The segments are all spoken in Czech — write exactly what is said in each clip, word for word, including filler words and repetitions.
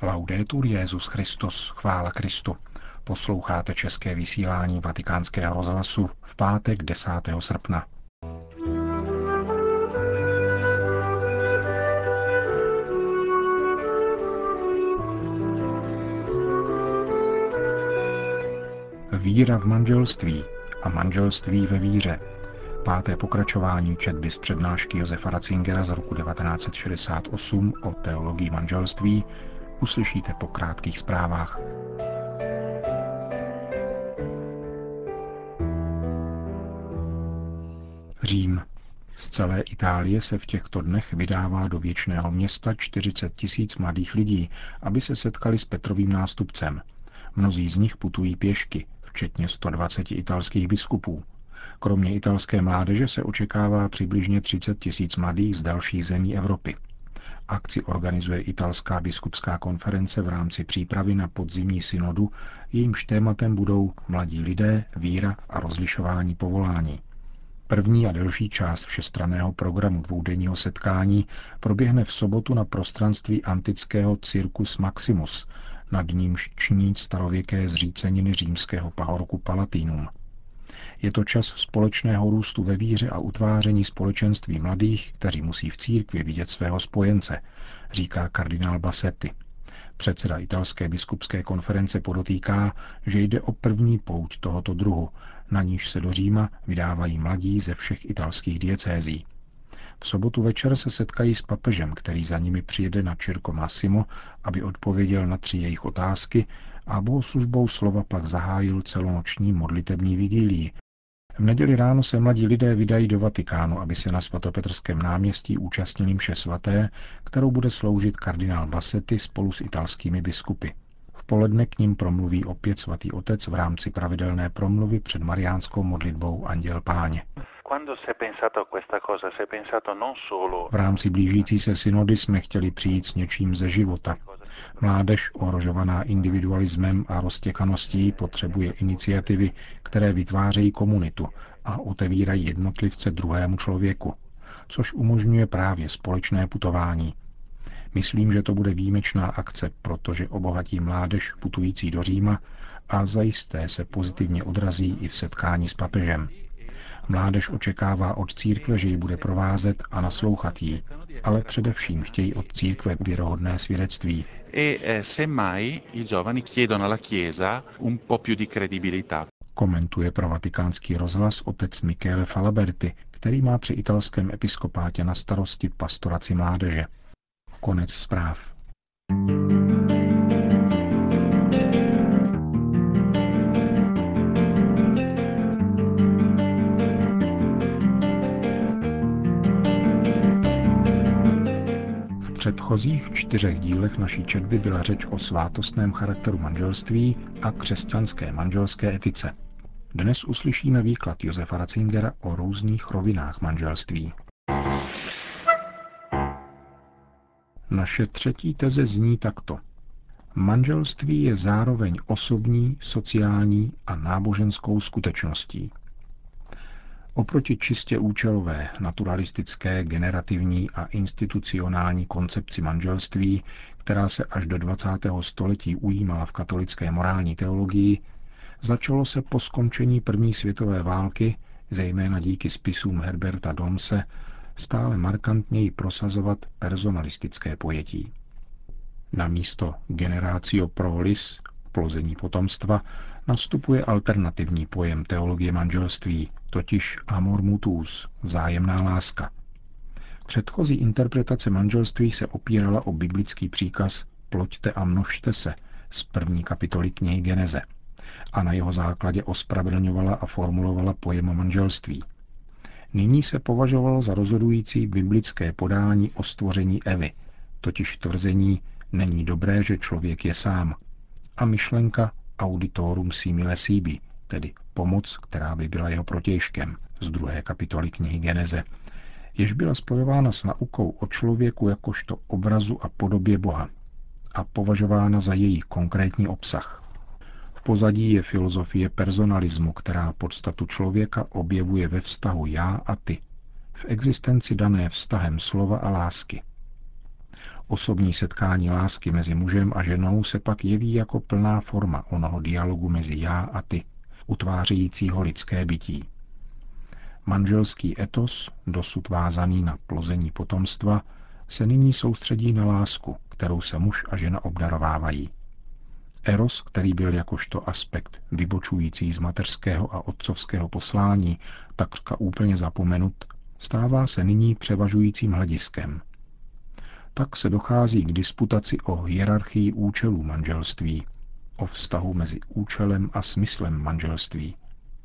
Laudetur Jesus Christus, chvála Kristu. Posloucháte české vysílání Vatikánského rozhlasu v pátek desátého srpna. Víra v manželství a manželství ve víře. Páté pokračování četby z přednášky Josefa Ratzingera z roku devatenáct set šedesát osm o teologii manželství uslyšíte po krátkých zprávách. Řím. Z celé Itálie se v těchto dnech vydává do věčného města čtyřicet tisíc mladých lidí, aby se setkali s Petrovým nástupcem. Mnozí z nich putují pěšky, včetně sto dvacet italských biskupů. Kromě italské mládeže se očekává přibližně třicet tisíc mladých z dalších zemí Evropy. Akci organizuje Italská biskupská konference v rámci přípravy na podzimní synodu, jejímž tématem budou mladí lidé, víra a rozlišování povolání. První a delší část všestranného programu dvoudenního setkání proběhne v sobotu na prostranství antického Circus Maximus, nad nímž ční starověké zříceniny římského pahorku Palatinum. Je to čas společného růstu ve víře a utváření společenství mladých, kteří musí v církvi vidět svého spojence, říká kardinál Bassetti. Předseda italské biskupské konference podotýká, že jde o první pouť tohoto druhu, na níž se do Říma vydávají mladí ze všech italských diecézí. V sobotu večer se setkají s papežem, který za nimi přijede na Circo Massimo, aby odpověděl na tři jejich otázky a bohoslužbou slova pak zahájil celonoční modlitební vigílii. V neděli ráno se mladí lidé vydají do Vatikánu, aby se na svatopetrském náměstí účastnili mše svaté, kterou bude sloužit kardinál Bassetti spolu s italskými biskupy. V poledne k nim promluví opět svatý otec v rámci pravidelné promluvy před mariánskou modlitbou Anděl Páně. V rámci blížící se synody jsme chtěli přijít s něčím ze života. Mládež, ohrožovaná individualismem a roztěkaností, potřebuje iniciativy, které vytvářejí komunitu a otevírají jednotlivce druhému člověku, což umožňuje právě společné putování. Myslím, že to bude výjimečná akce, protože obohatí mládež putující do Říma a zajisté se pozitivně odrazí i v setkání s papežem. Mládež očekává od církve, že ji bude provázet a naslouchat jí, ale především chtějí od církve věrohodné svědectví. Komentuje pro Vatikánský rozhlas otec Michele Falaberti, který má při italském episkopátě na starosti pastoraci mládeže. Konec zpráv. V předchozích čtyřech dílech naší četby byla řeč o svátostném charakteru manželství a křesťanské manželské etice. Dnes uslyšíme výklad Josefa Ratzingera o různých rovinách manželství. Naše třetí teze zní takto. Manželství je zároveň osobní, sociální a náboženskou skutečností. Oproti čistě účelové, naturalistické, generativní a institucionální koncepci manželství, která se až do dvacátého století ujímala v katolické morální teologii, začalo se po skončení první světové války, zejména díky spisům Herberta Domse, stále markantněji prosazovat personalistické pojetí. Namísto generatio prolis, plození potomstva, nastupuje alternativní pojem teologie manželství, totiž amor mutuus, vzájemná láska. Předchozí interpretace manželství se opírala o biblický příkaz ploďte a množte se z první kapitoly knihy Geneze a na jeho základě ospravedlňovala a formulovala pojem manželství. Nyní se považovalo za rozhodující biblické podání o stvoření Evy, totiž tvrzení není dobré, že člověk je sám, a myšlenka auditorum simile sibi, tedy pomoc, která by byla jeho protějškem, z druhé kapitoly knihy Geneze, jež byla spojována s naukou o člověku jakožto obrazu a podobě Boha a považována za její konkrétní obsah. V pozadí je filozofie personalismu, která podstatu člověka objevuje ve vztahu já a ty, v existenci dané vztahem slova a lásky. Osobní setkání lásky mezi mužem a ženou se pak jeví jako plná forma onoho dialogu mezi já a ty, utvářejícího lidské bytí. Manželský etos, dosud vázaný na plození potomstva, se nyní soustředí na lásku, kterou se muž a žena obdarovávají. Eros, který byl jakožto aspekt vybočující z mateřského a otcovského poslání takřka úplně zapomenut, stává se nyní převažujícím hlediskem. Tak se dochází k disputaci o hierarchii účelů manželství, o vztahu mezi účelem a smyslem manželství.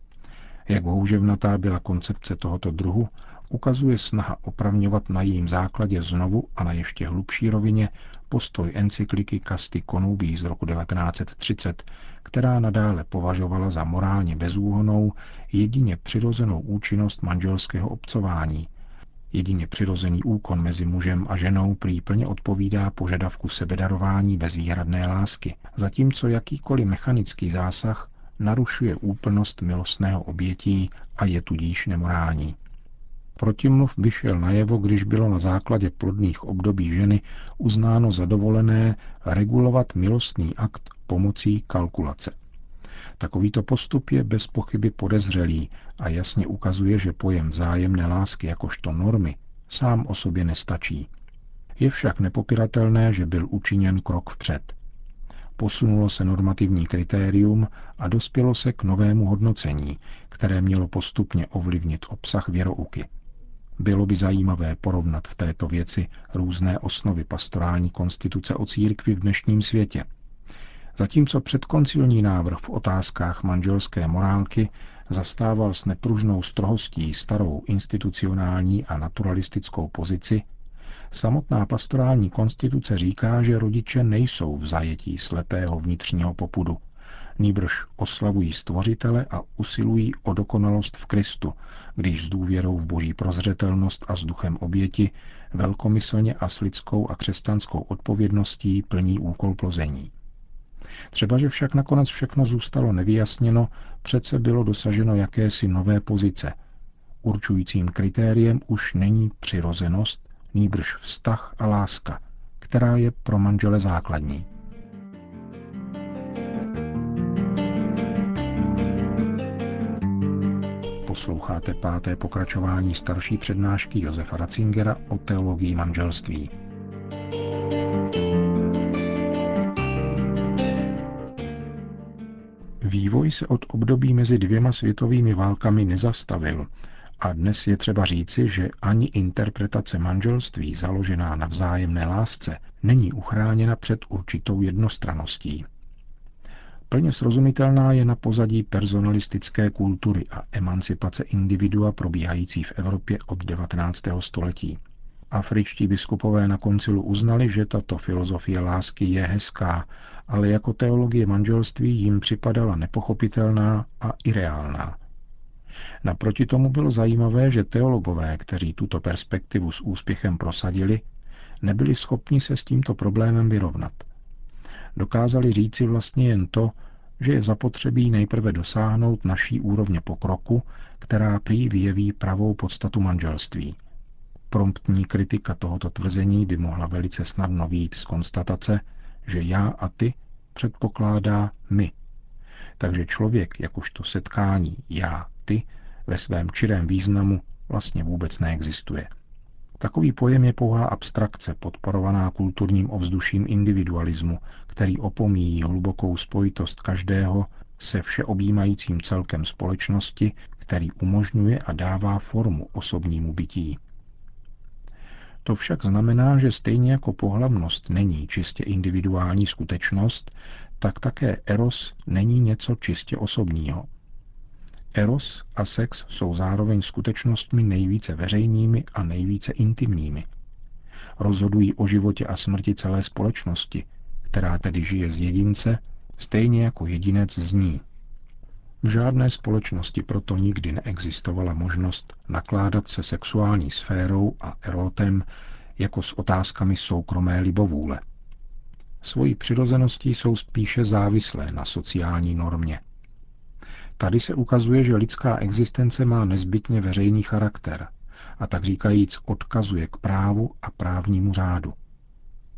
Jak houževnatá byla koncepce tohoto druhu, ukazuje snaha opravňovat na jejím základě znovu a na ještě hlubší rovině postoj encykliky Casti Connubii z roku devatenáct set třicet, která nadále považovala za morálně bezúhonnou jedině přirozenou účinnost manželského obcování. Jedině přirozený úkon mezi mužem a ženou prý plně odpovídá požadavku sebedarování bezvýhradné lásky, zatímco jakýkoliv mechanický zásah narušuje úplnost milostného obětí a je tudíž nemorální. Protimluv vyšel najevo, když bylo na základě plodných období ženy uznáno za dovolené regulovat milostný akt pomocí kalkulace. Takovýto postup je bez pochyby podezřelý a jasně ukazuje, že pojem vzájemné lásky jakožto normy sám o sobě nestačí. Je však nepopiratelné, že byl učiněn krok vpřed. Posunulo se normativní kritérium a dospělo se k novému hodnocení, které mělo postupně ovlivnit obsah věrouky. Bylo by zajímavé porovnat v této věci různé osnovy pastorální konstituce o církvi v dnešním světě. Zatímco předkoncilní návrh v otázkách manželské morálky zastával s nepružnou strohostí starou institucionální a naturalistickou pozici, samotná pastorální konstituce říká, že rodiče nejsou v zajetí slepého vnitřního popudu, nýbrž oslavují Stvořitele a usilují o dokonalost v Kristu, když s důvěrou v boží prozřetelnost a s duchem oběti velkomyslně a s lidskou a křesťanskou odpovědností plní úkol plození. Třeba, že však nakonec všechno zůstalo nevyjasněno, přece bylo dosaženo jakési nové pozice. Určujícím kritériem už není přirozenost, nýbrž vztah a láska, která je pro manžele základní. Posloucháte páté pokračování starší přednášky Josefa Ratzingera o teologii manželství. Vývoj se od období mezi dvěma světovými válkami nezastavil a dnes je třeba říci, že ani interpretace manželství založená na vzájemné lásce není uchráněna před určitou jednostranností. Plně srozumitelná je na pozadí personalistické kultury a emancipace individua probíhající v Evropě od devatenáctého století. Afričtí biskupové na koncilu uznali, že tato filozofie lásky je hezká, ale jako teologie manželství jim připadala nepochopitelná a ireálná. Naproti tomu bylo zajímavé, že teologové, kteří tuto perspektivu s úspěchem prosadili, nebyli schopni se s tímto problémem vyrovnat. Dokázali říci vlastně jen to, že je zapotřebí nejprve dosáhnout naší úrovně pokroku, která prý vyjeví pravou podstatu manželství. Promptní kritika tohoto tvrzení by mohla velice snadno vyjít z konstatace, že já a ty předpokládá my. Takže člověk jakožto setkání já, ty ve svém čirém významu vlastně vůbec neexistuje. Takový pojem je pouhá abstrakce podporovaná kulturním ovzduším individualismu, který opomíjí hlubokou spojitost každého se všeobjímajícím celkem společnosti, který umožňuje a dává formu osobnímu bytí. To však znamená, že stejně jako pohlavnost není čistě individuální skutečnost, tak také eros není něco čistě osobního. Eros a sex jsou zároveň skutečnostmi nejvíce veřejnými a nejvíce intimními. Rozhodují o životě a smrti celé společnosti, která tedy žije z jedince, stejně jako jedinec z ní. V žádné společnosti proto nikdy neexistovala možnost nakládat se sexuální sférou a erotem jako s otázkami soukromé libovůle. Svojí přirozeností jsou spíše závislé na sociální normě. Tady se ukazuje, že lidská existence má nezbytně veřejný charakter a tak říkajíc odkazuje k právu a právnímu řádu.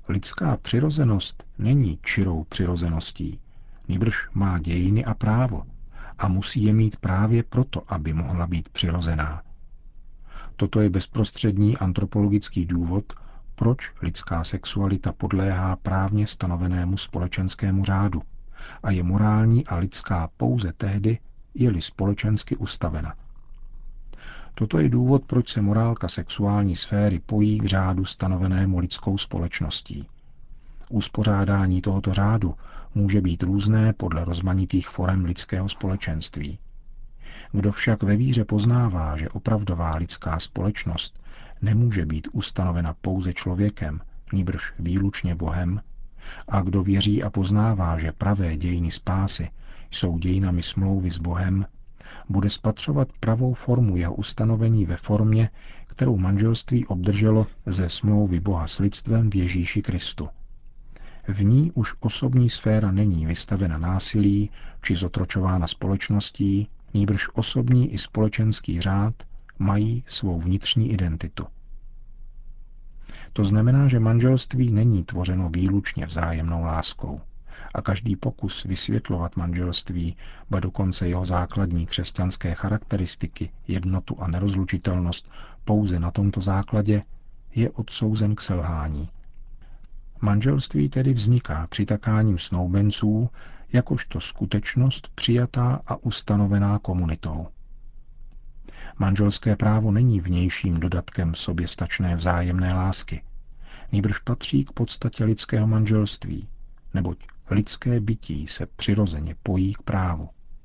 Lidská přirozenost není čirou přirozeností, nýbrž má dějiny a právo a musí je mít právě proto, aby mohla být přirozená. Toto je bezprostřední antropologický důvod, proč lidská sexualita podléhá právně stanovenému společenskému řádu a je morální a lidská pouze tehdy, je-li společensky ustavena. Toto je důvod, proč se morálka sexuální sféry pojí k řádu stanovenému lidskou společností. Uspořádání tohoto řádu může být různé podle rozmanitých forem lidského společenství. Kdo však ve víře poznává, že opravdová lidská společnost nemůže být ustanovena pouze člověkem, nýbrž výlučně Bohem, a kdo věří a poznává, že pravé dějiny spásy jsou dějinami smlouvy s Bohem, bude spatřovat pravou formu jeho ustanovení ve formě, kterou manželství obdrželo ze smlouvy Boha s lidstvem v Ježíši Kristu. V ní už osobní sféra není vystavena násilí či zotročována společností, nýbrž osobní i společenský řád mají svou vnitřní identitu. To znamená, že manželství není tvořeno výlučně vzájemnou láskou a každý pokus vysvětlovat manželství, ba dokonce jeho základní křesťanské charakteristiky, jednotu a nerozlučitelnost pouze na tomto základě, je odsouzen k selhání. Manželství tedy vzniká přitakáním snoubenců jakožto skutečnost přijatá a ustanovená komunitou. Manželské právo není vnějším dodatkem soběstačné vzájemné lásky, nýbrž patří k podstatě lidského manželství, neboť lidské bytí se přirozeně pojí k právu.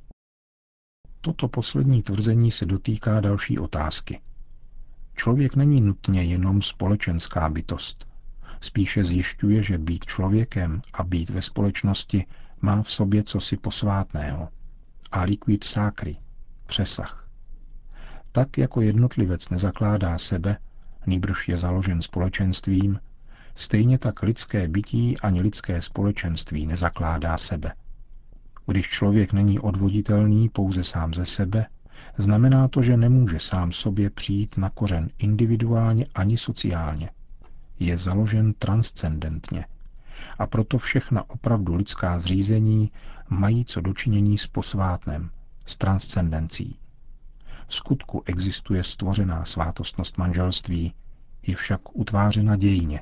Toto poslední tvrzení se dotýká další otázky. Člověk není nutně jenom společenská bytost. Spíše zjišťuje, že být člověkem a být ve společnosti má v sobě cosi posvátného. Aliquid sacri, přesah. Tak jako jednotlivec nezakládá sebe, nýbrž je založen společenstvím, stejně tak lidské bytí ani lidské společenství nezakládá sebe. Když člověk není odvoditelný pouze sám ze sebe, znamená to, že nemůže sám sobě přijít na kořen individuálně ani sociálně. Je založen transcendentně. A proto všechna opravdu lidská zřízení mají co dočinění s posvátnem, s transcendencí. V skutku existuje stvořená svátostnost manželství, je však utvářena dějně.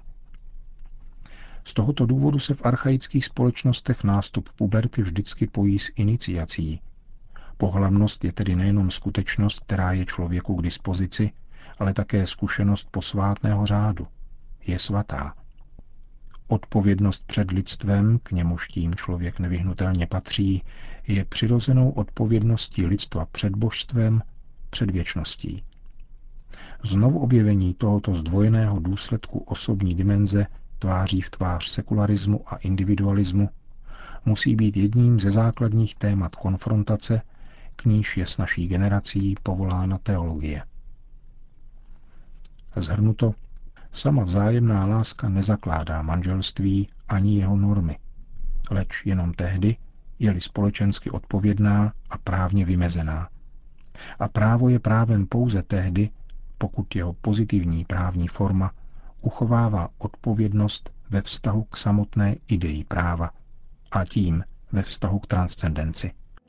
Z tohoto důvodu se v archaických společnostech nástup puberty vždycky pojí s iniciací. Pohlavnost je tedy nejenom skutečnost, která je člověku k dispozici, ale také zkušenost posvátného řádu. Je svatá. Odpovědnost před lidstvem, k němuž tím člověk nevyhnutelně patří, je přirozenou odpovědností lidstva před božstvem, před věčností. Znovu objevení tohoto zdvojeného důsledku osobní dimenze tváří v tvář sekularismu a individualismu musí být jedním ze základních témat konfrontace, k níž je s naší generací povolána teologie. Shrnuto, sama vzájemná láska nezakládá manželství ani jeho normy, leč jenom tehdy, je-li společensky odpovědná a právně vymezená. A právo je právem pouze tehdy, pokud jeho pozitivní právní forma uchovává odpovědnost ve vztahu k samotné ideji práva a tím ve vztahu k transcendenci.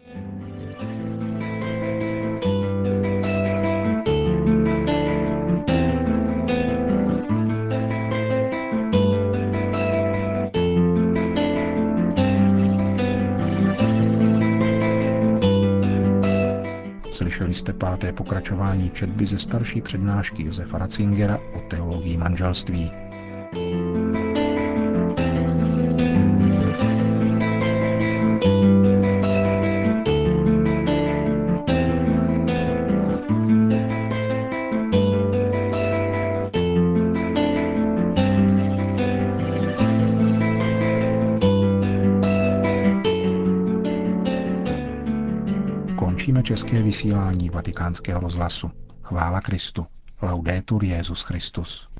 Slyšeli jste páté pokračování četby ze starší přednášky Josefa Ratzingera o teologii manželství. Končíme české vysílání Vatikánského rozhlasu. Chvála Kristu. Laudetur Jesus Christus.